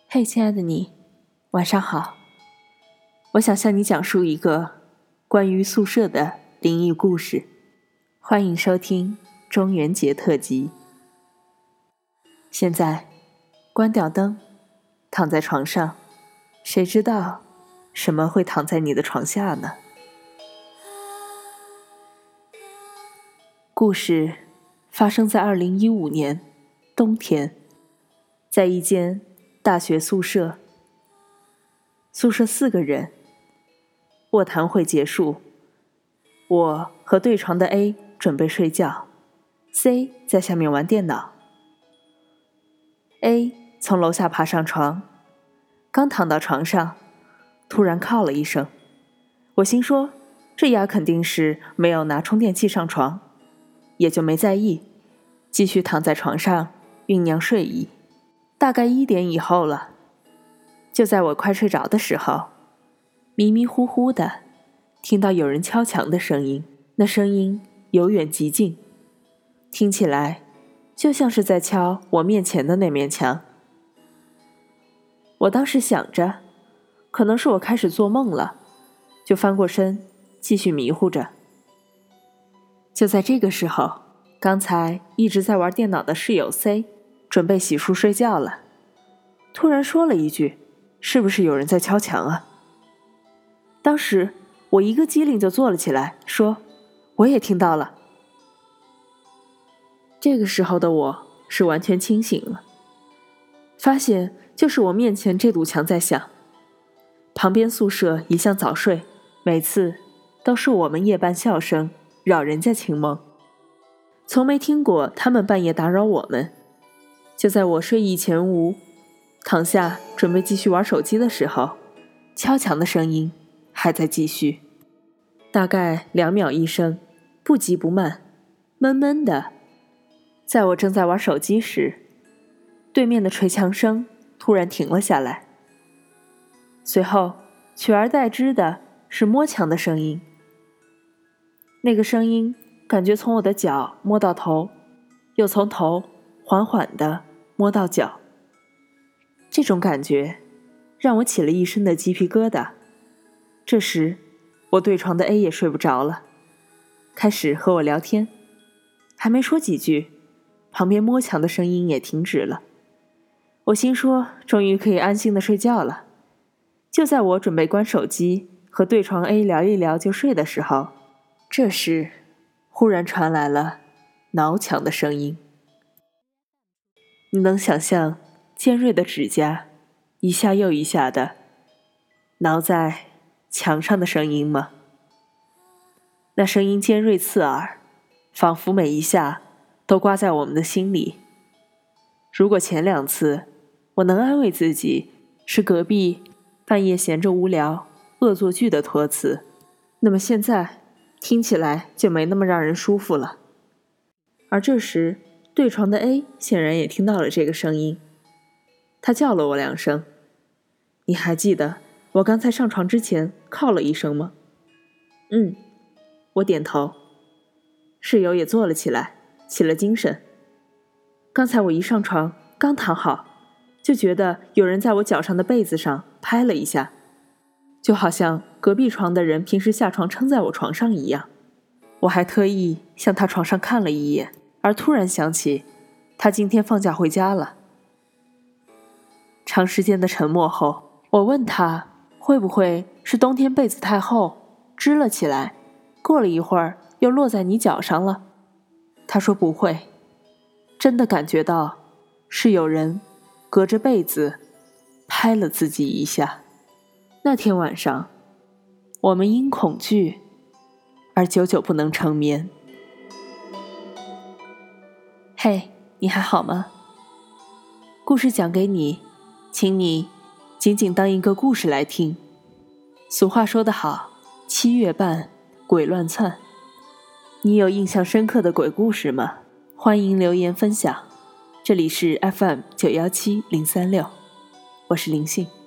嘿，亲爱的你，晚上好。我想向你讲述一个关于宿舍的灵异故事，欢迎收听中元节特辑。现在关掉灯，躺在床上，谁知道什么会躺在你的床下呢？故事发生在2015年冬天，在一间大学宿舍。宿舍4个人，卧谈会结束，我和对床的 A 准备睡觉， C 在下面玩电脑。 A 从楼下爬上床，刚躺到床上，突然靠了一声。我心说这丫肯定是没有拿充电器上床，也就没在意，继续躺在床上酝酿睡意。大概1点以后了，就在我快睡着的时候，迷迷糊糊的听到有人敲墙的声音，那声音由远及近，听起来就像是在敲我面前的那面墙。我当时想着可能是我开始做梦了，就翻过身继续迷糊着。就在这个时候，刚才一直在玩电脑的室友 C 准备洗漱睡觉了，突然说了一句，是不是有人在敲墙啊？当时我一个机灵就坐了起来，说我也听到了。这个时候的我是完全清醒了，发现就是我面前这堵墙在响。旁边宿舍一向早睡，每次都是我们夜半笑声扰人家清梦，从没听过他们半夜打扰我们。就在我睡意全无，躺下准备继续玩手机的时候，敲墙的声音还在继续，大概2秒一声，不急不慢，闷闷的。在我正在玩手机时，对面的捶墙声突然停了下来，随后取而代之的是摸墙的声音。那个声音感觉从我的脚摸到头，又从头缓缓地摸到脚，这种感觉让我起了一身的鸡皮疙瘩。这时我对床的 A 也睡不着了，开始和我聊天，还没说几句，旁边摸墙的声音也停止了。我心说终于可以安心的睡觉了。就在我准备关手机和对床 A 聊一聊就睡的时候，这时忽然传来了挠墙的声音。你能想象尖锐的指甲一下又一下的挠在墙上的声音吗？那声音尖锐刺耳，仿佛每一下都刮在我们的心里。如果前2次我能安慰自己是隔壁半夜闲着无聊恶作剧的托词，那么现在听起来就没那么让人舒服了。而这时对床的 A 显然也听到了这个声音，他叫了我2声。你还记得我刚才上床之前靠了一声吗？我点头。室友也坐了起来，起了精神。刚才我一上床刚躺好，就觉得有人在我脚上的被子上拍了一下，就好像隔壁床的人平时下床撑在我床上一样。我还特意向他床上看了一眼，而突然想起他今天放假回家了。长时间的沉默后，我问他会不会是冬天被子太厚支了起来，过了一会儿又落在你脚上了。他说不会，真的感觉到是有人隔着被子拍了自己一下。那天晚上我们因恐惧而久久不能成眠。嘿，你还好吗？故事讲给你，请你仅仅当一个故事来听。俗话说得好，7月半鬼乱窜。你有印象深刻的鬼故事吗？欢迎留言分享。这里是 FM 917036，我是林信。